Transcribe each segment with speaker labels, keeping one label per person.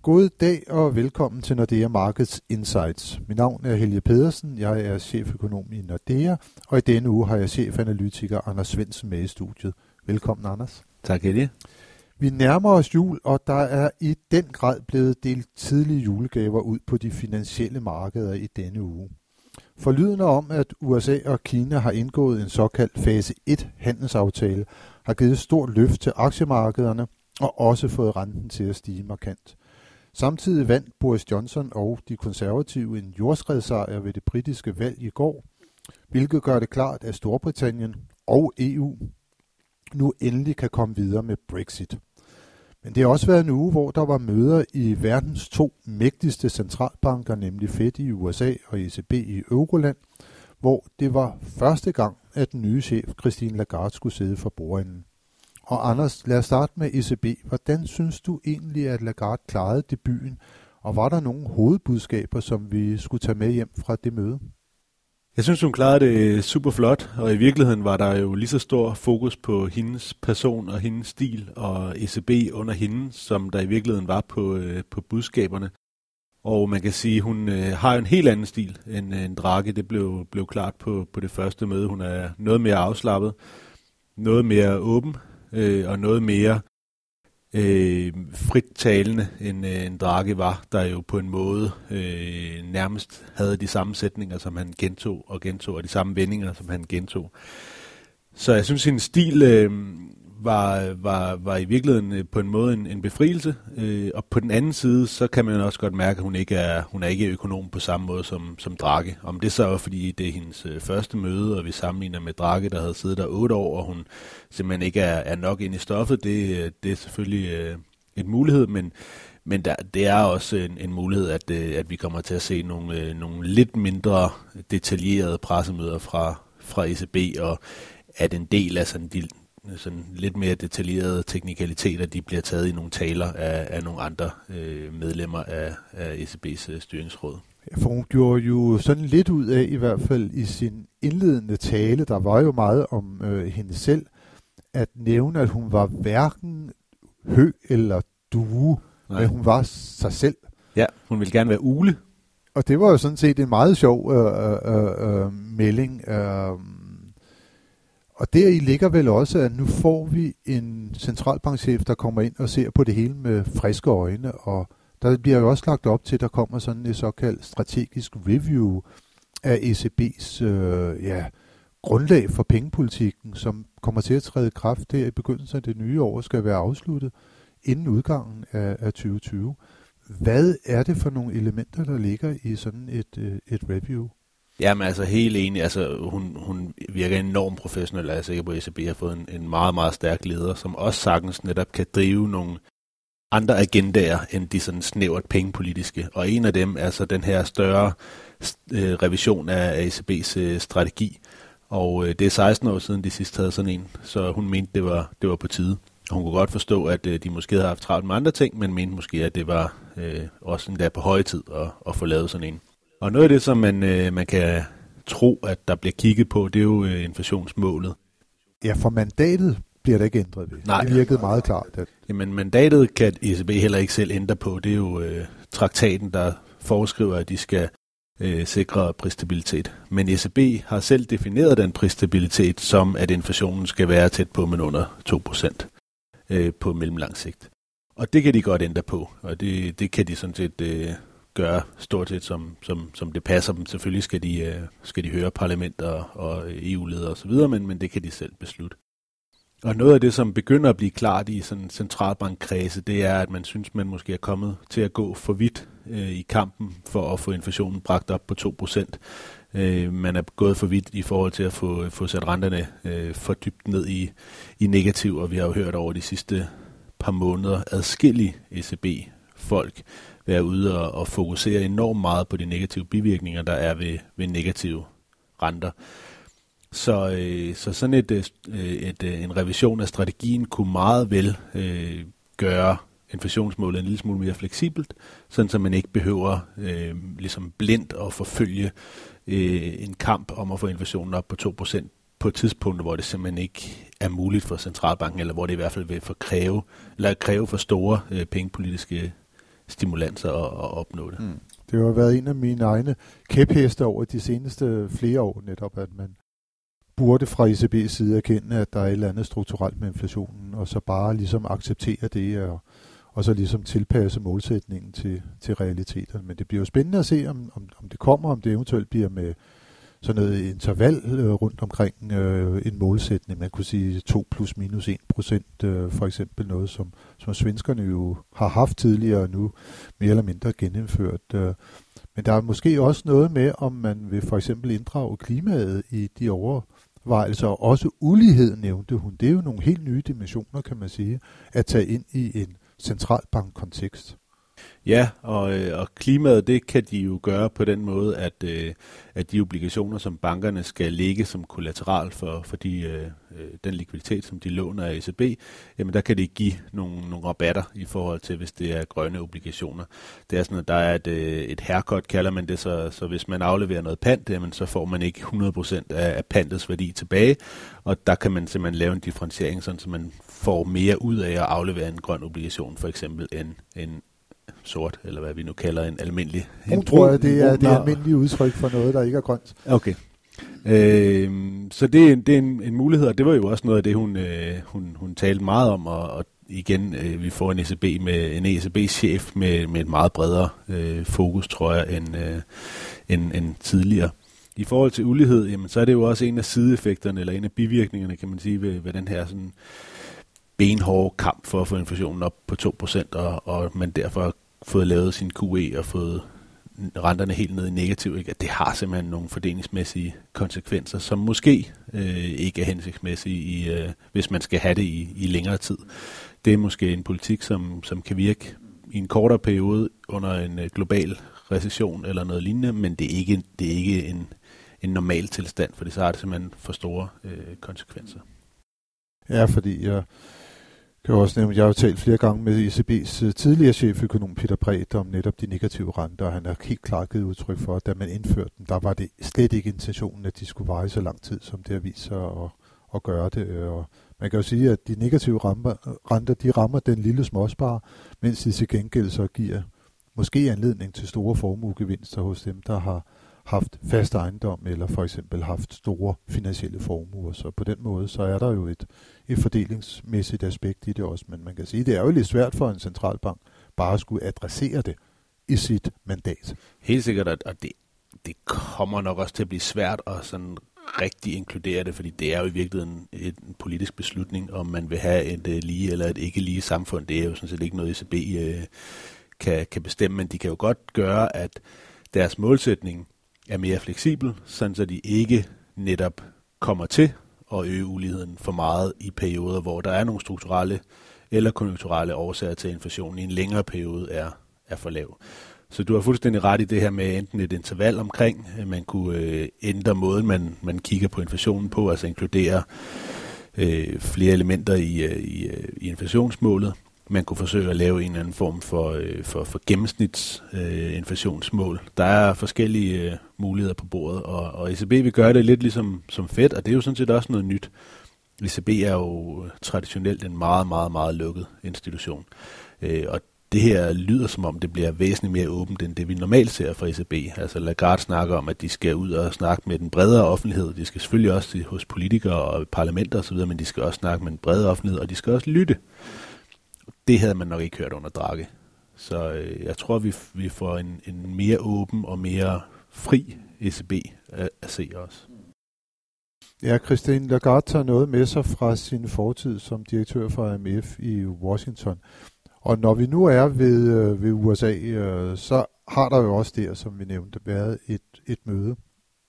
Speaker 1: God dag og velkommen til Nordea Markets Insights. Mit navn er Helge Pedersen, jeg er cheføkonom i Nordea, og i denne uge har jeg chefanalytiker Anders Svendsen med i studiet. Velkommen, Anders.
Speaker 2: Tak, Helge.
Speaker 1: Vi nærmer os jul, og der er i den grad blevet delt tidlige julegaver ud på de finansielle markeder i denne uge. Forlydende om, at USA og Kina har indgået en såkaldt fase 1 handelsaftale, har givet stort løft til aktiemarkederne og også fået renten til at stige markant. Samtidig vandt Boris Johnson og de konservative en jordskredssejr ved det britiske valg i går, hvilket gør det klart, at Storbritannien og EU nu endelig kan komme videre med Brexit. Men det har også været en uge, hvor der var møder i verdens to mægtigste centralbanker, nemlig Fed i USA og ECB i Euroland, hvor det var første gang, at den nye chef, Christine Lagarde, skulle sidde for bordenden. Og Anders, lad os starte med ECB. Hvordan synes du egentlig, at Lagarde klarede debuten, og var der nogle hovedbudskaber, som vi skulle tage med hjem fra det møde?
Speaker 2: Jeg synes, hun klarede det super flot, og i virkeligheden var der jo lige så stor fokus på hendes person og hendes stil og ECB under hende, som der i virkeligheden var på budskaberne. Og man kan sige, at hun har jo en helt anden stil end Draghi. Det blev klart på det første møde. Hun er noget mere afslappet, noget mere åben og noget mere frittalende end Draghi var, der jo på en måde nærmest havde de samme sætninger, som han gentog, og de samme vendinger, som han gentog. Så jeg synes, hendes stil var i virkeligheden på en måde en befrielse, og på den anden side, så kan man også godt mærke, at hun er ikke økonom på samme måde som Draghi. Om det så er, fordi det er hendes første møde, og vi sammenligner med Draghi, der havde siddet der 8 år, og hun simpelthen ikke er nok ind i stoffet, det er selvfølgelig en mulighed, men det er også en mulighed, at vi kommer til at se nogle lidt mindre detaljerede pressemøder fra ECB, og at en del af sådan lidt mere detaljerede teknikaliteter, de bliver taget i nogle taler af nogle andre medlemmer af ECB's styringsråd.
Speaker 1: Ja, for hun gjorde jo sådan lidt ud af, i hvert fald i sin indledende tale, der var jo meget om hende selv, at nævne, at hun var hverken hø eller due, men hun var sig selv.
Speaker 2: Ja, hun ville gerne være ugle.
Speaker 1: Og det var jo sådan set en meget sjov melding. Og deri ligger vel også, at nu får vi en centralbankchef, der kommer ind og ser på det hele med friske øjne, og der bliver jo også lagt op til, at der kommer sådan et såkaldt strategisk review af ECB's grundlag for pengepolitikken, som kommer til at træde i kraft der i begyndelsen af det nye år, skal være afsluttet inden udgangen af 2020. Hvad er det for nogle elementer, der ligger i sådan et review?
Speaker 2: Jamen altså helt enig, altså hun virker enormt professionel, og jeg er sikker på, at ECB har fået en meget, meget stærk leder, som også sagtens netop kan drive nogle andre agendaer end de sådan snævert pengepolitiske. Og en af dem er så den her større revision af ECB's strategi, og det er 16 år siden de sidst havde sådan en, så hun mente, det var på tide. Hun kunne godt forstå, at de måske havde haft travlt med andre ting, men mente måske, at det var også en der på høje tid at få lavet sådan en. Og noget af det, som man kan tro, at der bliver kigget på, det er jo inflationsmålet.
Speaker 1: Ja, for mandatet bliver der ikke ændret ved.
Speaker 2: Nej.
Speaker 1: Det virkede meget klart.
Speaker 2: Jamen mandatet kan ECB heller ikke selv ændre på. Det er jo traktaten, der foreskriver, at de skal sikre prisstabilitet. Men ECB har selv defineret den prisstabilitet som, at inflationen skal være tæt på, men under 2% på mellemlang sigt. Og det kan de godt ændre på, og det kan de sådan set gøre stort set som det passer dem. Selvfølgelig skal de høre parlamenter og EU-ledere osv., men det kan de selv beslutte. Og noget af det, som begynder at blive klart i sådan en centralbankkredse, det er, at man synes, man måske er kommet til at gå for vidt i kampen for at få inflationen bragt op på 2%. Man er gået for vidt i forhold til at få sat renterne for dybt ned i negativ, og vi har jo hørt over de sidste par måneder adskillige ECB-folk være ude og fokusere enormt meget på de negative bivirkninger, der er ved negative renter. Så sådan en revision af strategien kunne meget vel gøre inflationsmålet en lille smule mere fleksibelt, sådan så man ikke behøver ligesom blindt at forfølge en kamp om at få inflationen op på 2% på et tidspunkt, hvor det simpelthen ikke er muligt for centralbanken, eller hvor det i hvert fald vil kræve for store pengepolitiske stimulanser at opnå det.
Speaker 1: Det har været en af mine egne kæpheste over de seneste flere år netop, at man burde fra ECB's side erkende, at der er et eller andet strukturelt med inflationen, og så bare ligesom acceptere det, og så ligesom tilpasse målsætningen til realiteterne. Men det bliver jo spændende at se, om det kommer, om det eventuelt bliver med sådan noget interval rundt omkring en målsætning. Man kunne sige 2 plus minus 1%, for eksempel noget, som svenskerne jo har haft tidligere og nu mere eller mindre genindført. Men der er måske også noget med, om man vil for eksempel inddrage klimaet i de overvejelser, og også ulighed nævnte hun. Det er jo nogle helt nye dimensioner, kan man sige, at tage ind i en centralbankkontekst.
Speaker 2: Ja, og klimaet, det kan de jo gøre på den måde, at de obligationer, som bankerne skal lægge som kollateral for den likviditet, som de låner af ECB, jamen der kan de give nogle rabatter i forhold til, hvis det er grønne obligationer. Det er sådan, at der er et haircut, kalder man det, så hvis man afleverer noget pant, jamen så får man ikke 100% af pantets værdi tilbage, og der kan man simpelthen lave en differentiering, sådan så man får mere ud af at aflevere en grøn obligation, for eksempel en sort, eller hvad vi nu kalder en almindelig.
Speaker 1: Nu tror jeg, det er det almindelige udtryk for noget, der ikke er grønt.
Speaker 2: Okay. Så det er en mulighed, og det var jo også noget af det, hun talte meget om, og igen, vi får en ECB-chef med et meget bredere fokus, tror jeg, end tidligere. I forhold til ulighed, jamen, så er det jo også en af sideeffekterne, eller en af bivirkningerne, kan man sige, ved den her sådan benhårde kamp for at få inflationen op på 2%, og man derfor har fået lavet sin QE og fået renterne helt ned i negativ, ikke? At det har simpelthen nogle fordelingsmæssige konsekvenser, som måske ikke er hensigtsmæssige, hvis man skal have det i længere tid. Det er måske en politik, som kan virke i en kortere periode under en global recession eller noget lignende, men det er ikke en normal tilstand, for så har det simpelthen for store konsekvenser.
Speaker 1: Ja, fordi jeg kan også nævne, jeg har jo talt flere gange med ECB's tidligere cheføkonom Peter Bredt om netop de negative renter, og han har helt klart givet udtryk for, at da man indførte dem, der var det slet ikke intentionen, at de skulle veje så lang tid, som det har vist sig at gøre det. Og man kan jo sige, at de negative renter, de rammer den lille småspar, mens de til gengæld så giver måske anledning til store formuegevinster hos dem, der har haft fast ejendom, eller for eksempel haft store finansielle formuer. Så på den måde, så er der jo et fordelingsmæssigt aspekt i det også. Men man kan sige, det er jo lidt svært for en centralbank bare at skulle adressere det i sit mandat.
Speaker 2: Helt sikkert, og det kommer nok også til at blive svært at sådan rigtig inkludere det, fordi det er jo i virkeligheden en politisk beslutning, om man vil have et lige eller et ikke lige samfund. Det er jo sådan set ikke noget, ECB kan bestemme, men de kan jo godt gøre, at deres målsætning er mere fleksibel, sådan så de ikke netop kommer til at øge uligheden for meget i perioder, hvor der er nogle strukturelle eller konjunkturelle årsager til, at inflationen i en længere periode er for lav. Så du har fuldstændig ret i det her med enten et interval omkring, at man kunne ændre måden, man kigger på inflationen på, altså inkludere flere elementer i inflationsmålet. Man kunne forsøge at lave en eller anden form for gennemsnitsinflationsmål. Der er forskellige muligheder på bordet, og ECB vil gøre det lidt ligesom som Fed, og det er jo sådan set også noget nyt. ECB er jo traditionelt en meget, meget, meget lukket institution, og det her lyder som om, det bliver væsentligt mere åbent, end det vi normalt ser fra ECB. Altså Lagarde snakker om, at de skal ud og snakke med den bredere offentlighed. De skal selvfølgelig også hos politikere og parlamenter osv., men de skal også snakke med den brede offentlighed, og de skal også lytte. Det havde man nok ikke hørt under Draghi. Så jeg tror, vi får en mere åben og mere fri ECB at se os.
Speaker 1: Ja, Christine Lagarde tager noget med sig fra sin fortid som direktør for IMF i Washington. Og når vi nu er ved USA, så har der jo også der, som vi nævnte, været et møde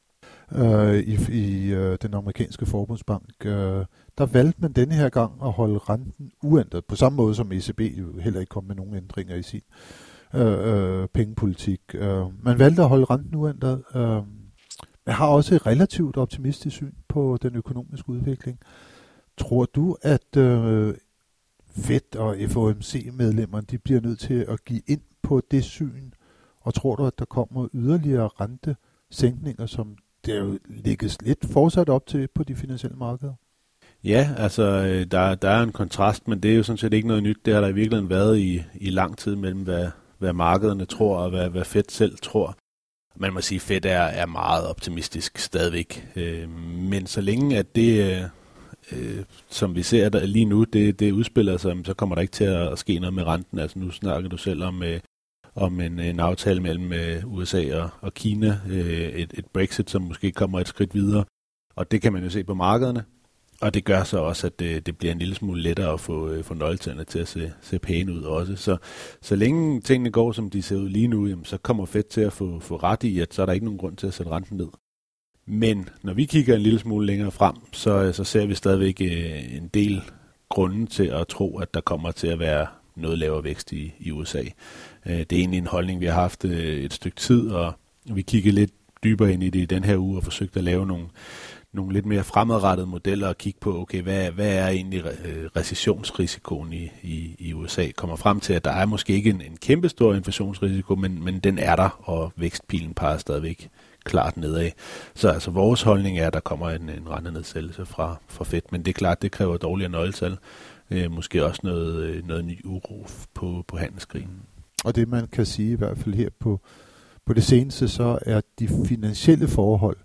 Speaker 1: i den amerikanske forbundsbank. Der valgte man denne her gang at holde renten uændret, på samme måde som ECB jo heller ikke kom med nogen ændringer i sin pengepolitik. Man valgte at holde renten uændret. Man har også et relativt optimistisk syn på den økonomiske udvikling. Tror du, at Fed og FOMC-medlemmerne de bliver nødt til at give ind på det syn, og tror du, at der kommer yderligere rentesænkninger, som det jo lægges lidt fortsat op til på de finansielle markeder?
Speaker 2: Ja, altså der er en kontrast, men det er jo sådan set ikke noget nyt. Det har der i virkeligheden været i lang tid mellem, hvad markederne tror, og hvad Fed selv tror. Man må sige, at Fed er meget optimistisk stadigvæk. Men så længe at det, som vi ser der lige nu, det udspiller sig, så kommer der ikke til at ske noget med renten. Altså nu snakker du selv om en aftale mellem USA og Kina, et Brexit, som måske kommer et skridt videre. Og det kan man jo se på markederne. Og det gør så også, at det bliver en lille smule lettere at få nøgletallene til at se pæne ud også. Så længe tingene går, som de ser ud lige nu, jamen, så kommer Fed til at få ret i, at så er der ikke nogen grund til at sætte renten ned. Men når vi kigger en lille smule længere frem, så ser vi stadigvæk en del grunde til at tro, at der kommer til at være noget lavere vækst i USA. Det er egentlig en holdning, vi har haft et stykke tid, og vi kigger lidt dybere ind i det i den her uge og forsøgt at lave nogle lidt mere fremadrettede modeller og kigge på, okay, hvad er egentlig recessionsrisikoen i USA? Kommer frem til, at der er måske ikke en kæmpe stor inflationsrisiko, men den er der, og vækstpilen peger stadigvæk klart nedad. Så altså vores holdning er, at der kommer en rentenedsættelse fra Fed, men det er klart, det kræver dårligere nøgletal. Måske også noget ny uro på handelskrigen.
Speaker 1: Og det man kan sige i hvert fald her på det seneste, så er de finansielle forhold,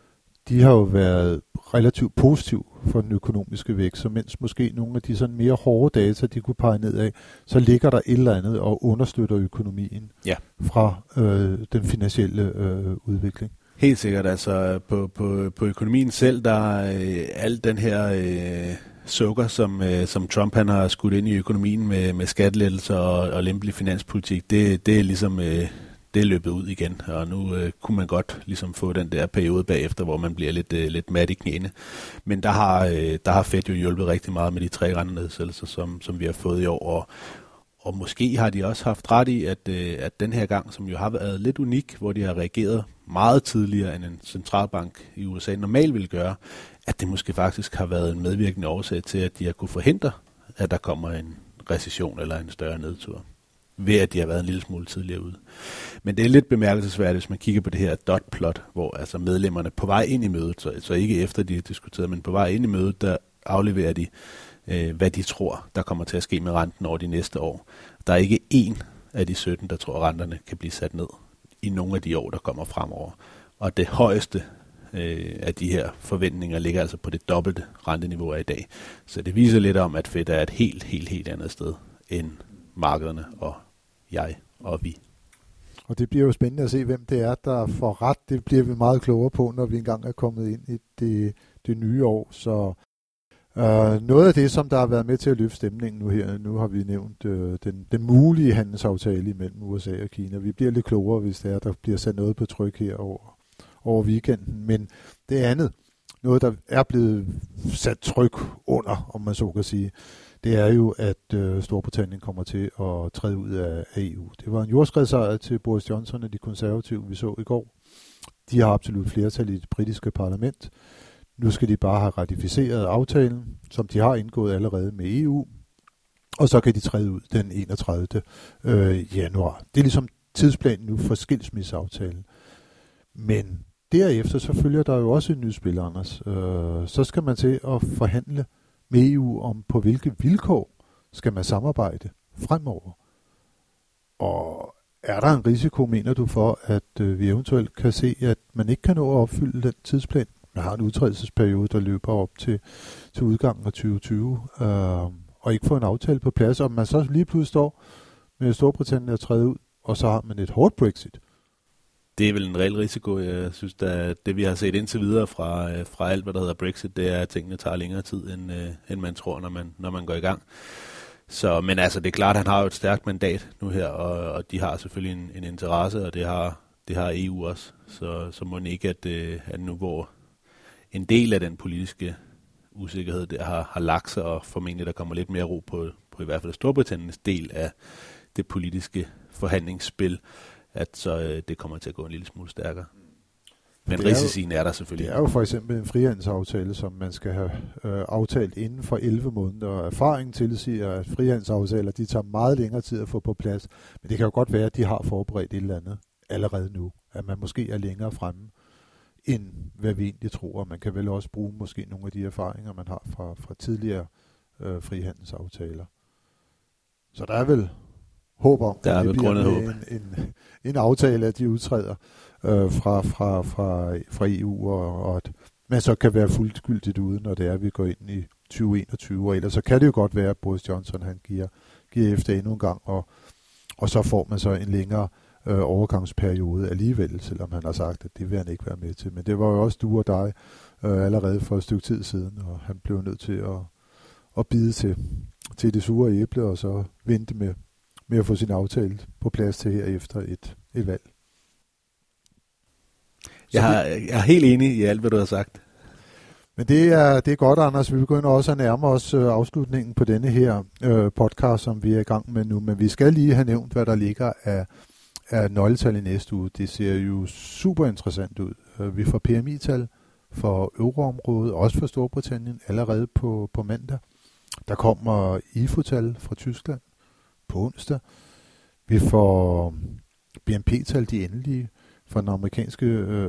Speaker 1: de har jo været relativt positive for den økonomiske vækst, så mens måske nogle af de sådan mere hårde data, de kunne pege nedad, så ligger der et eller andet og understøtter økonomien fra den finansielle udvikling.
Speaker 2: Helt sikkert, altså på økonomien selv, der er alt den her sukker, som Trump han har skudt ind i økonomien med skattelettelser og lempelig finanspolitik, det er ligesom det er løbet ud igen, og nu kunne man godt ligesom få den der periode bagefter, hvor man bliver lidt mat i knæene. Men der har Fed jo hjulpet rigtig meget med de 3 rentenedsættelser, som vi har fået i år, og måske har de også haft ret i, at den her gang, som jo har været lidt unik, hvor de har reageret meget tidligere end en centralbank i USA normalt ville gøre, at det måske faktisk har været en medvirkende årsag til, at de har kunne forhindre, at der kommer en recession eller en større nedtur, ved at de har været en lille smule tidligere ude. Men det er lidt bemærkelsesværdigt, hvis man kigger på det her dot-plot, hvor altså medlemmerne på vej ind i mødet, så ikke efter de har diskuteret, men på vej ind i mødet, der afleverer de, hvad de tror, der kommer til at ske med renten over de næste år. Der er ikke én af de 17, der tror, at renterne kan blive sat ned i nogle af de år, der kommer fremover. Og det højeste af de her forventninger ligger altså på det dobbelte renteniveau af i dag. Så det viser lidt om, at Fed er et helt andet sted end markederne og jeg og vi. Og
Speaker 1: det bliver jo spændende at se, hvem det er, der får ret. Det bliver vi meget klogere på, når vi engang er kommet ind i det nye år. Så noget af det, som der har været med til at løfte stemningen nu her, nu har vi nævnt den mulige handelsaftale mellem USA og Kina. Vi bliver lidt klogere, hvis det er, der bliver sat noget på tryk her over weekenden. Men det andet, noget der er blevet sat tryk under, om man så kan sige, det er jo, at Storbritannien kommer til at træde ud af EU. Det var en jordskredssejr til Boris Johnson og de konservative, vi så i går. De har absolut flertal i det britiske parlament. Nu skal de bare have ratificeret aftalen, som de har indgået allerede med EU, og så kan de træde ud den 31. januar. Det er ligesom tidsplanen nu for skilsmisseaftalen. Men derefter så følger der jo også et nyt spil, Anders. Så skal man til at forhandle med EU om, på hvilke vilkår skal man samarbejde fremover. Og er der en risiko, mener du, for, at vi eventuelt kan se, at man ikke kan nå at opfylde den tidsplan? Man har en udtrædelsesperiode, der løber op til udgangen af 2020, og ikke få en aftale på plads, og man så lige pludselig står med Storbritannien at træde ud, og så har man et hårdt Brexit.
Speaker 2: Det er vel en reel risiko. Jeg synes, at det vi har set indtil videre fra alt, hvad der hedder Brexit, det er, at tingene tager længere tid, end man tror, når man går i gang. Så, men altså, det er klart, at han har jo et stærkt mandat nu her, og de har selvfølgelig en interesse, og det har EU også. Så må det ikke, at nu hvor en del af den politiske usikkerhed der har lagt sig, og formentlig der kommer lidt mere ro på i hvert fald Storbritanniens del af det politiske forhandlingsspil, at så det kommer til at gå en lille smule stærkere. Men risicien er der selvfølgelig.
Speaker 1: Det er jo for eksempel en frihandelsaftale, som man skal have aftalt inden for 11 måneder, og erfaringen tilsiger, at frihandelsaftaler, de tager meget længere tid at få på plads. Men det kan jo godt være, at de har forberedt et eller andet allerede nu, at man måske er længere fremme, end hvad vi egentlig tror. Man kan vel også bruge måske nogle af de erfaringer, man har fra tidligere frihandelsaftaler. Så der er vel håb om,
Speaker 2: der er
Speaker 1: det bliver
Speaker 2: håb.
Speaker 1: En aftale, at de udtræder fra EU, og at man så kan være fuldgyldigt ude, når det er, at vi går ind i 2021, og ellers så kan det jo godt være, at Boris Johnson han giver efter endnu en gang, og så får man så en længere overgangsperiode alligevel, selvom han har sagt, at det vil han ikke være med til. Men det var jo også du og dig allerede for et stykke tid siden, og han blev nødt til at bide til det sure æble, og så vente med at få sin aftale på plads til her efter et valg.
Speaker 2: Jeg er helt enig i alt, hvad du har sagt.
Speaker 1: Men det er godt, Anders. Vi begynder også at nærme os afslutningen på denne her podcast, som vi er i gang med nu. Men vi skal lige have nævnt, hvad der ligger af nøgletal i næste uge. Det ser jo super interessant ud. Vi får PMI-tal for euroområdet, også for Storbritannien, allerede på mandag. Der kommer IFO-tal fra Tyskland på onsdag. Vi får BNP-tal, de endelige, for den amerikanske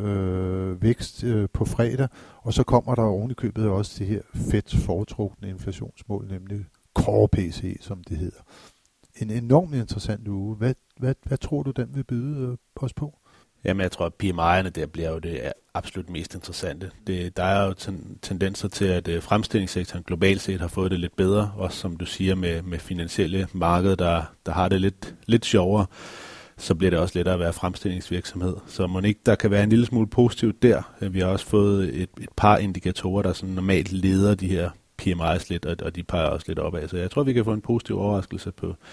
Speaker 1: vækst på fredag, og så kommer der oven i købet også det her Feds foretrukne inflationsmål, nemlig Core PCE, som det hedder. En enormt interessant uge. Hvad tror du, den vil byde os på?
Speaker 2: Jamen, jeg tror, at PMI'erne der bliver jo det absolut mest interessante. Der er jo tendenser til, at fremstillingssektoren globalt set har fået det lidt bedre, også som du siger med finansielle markeder, der har det lidt sjovere. Så bliver det også lettere at være fremstillingsvirksomhed. Så må ikke, der kan være en lille smule positivt der. Vi har også fået et par indikatorer, der sådan normalt leder de her PMI's lidt, og de peger også lidt opad. Så jeg tror, vi kan få en positiv overraskelse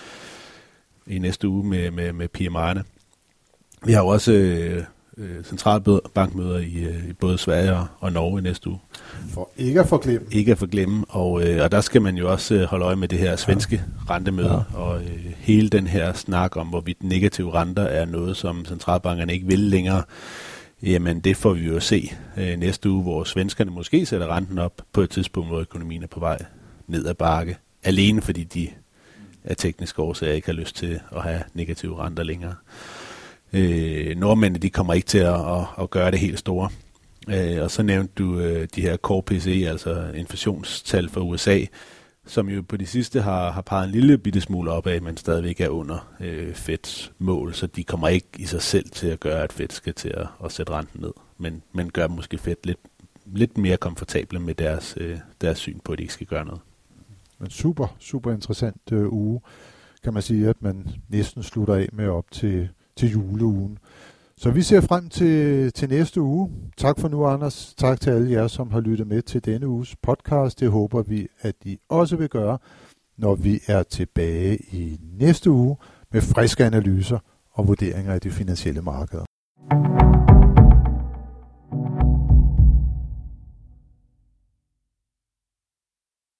Speaker 2: i næste uge med PMI'erne. Vi har jo også centralbankmøder i både Sverige og Norge i næste uge.
Speaker 1: For ikke at forglemme.
Speaker 2: Og der skal man jo også holde øje med det her svenske rentemøde, og hele den her snak om, hvorvidt negative renter er noget, som centralbankerne ikke vil længere. Jamen, det får vi jo se næste uge, hvor svenskerne måske sætter renten op på et tidspunkt, hvor økonomien er på vej ned ad bakke. Alene fordi de af tekniske årsager ikke har lyst til at have negative renter længere. Nordmændene, de kommer ikke til at gøre det helt store. Og så nævnte du de her Core PCE, altså inflationstal for USA, som jo på de sidste har peget en lille bitte smule opad, men stadigvæk er under Feds mål, så de kommer ikke i sig selv til at gøre, at Fed skal til at sætte renten ned, men gør måske Fed lidt mere komfortable med deres syn på, at de ikke skal gøre noget.
Speaker 1: En super interessant uge, kan man sige, at man næsten slutter af med op til juleugen. Så vi ser frem til næste uge. Tak for nu, Anders. Tak til alle jer, som har lyttet med til denne uges podcast. Det håber vi, at I også vil gøre, når vi er tilbage i næste uge med friske analyser og vurderinger af de finansielle markeder.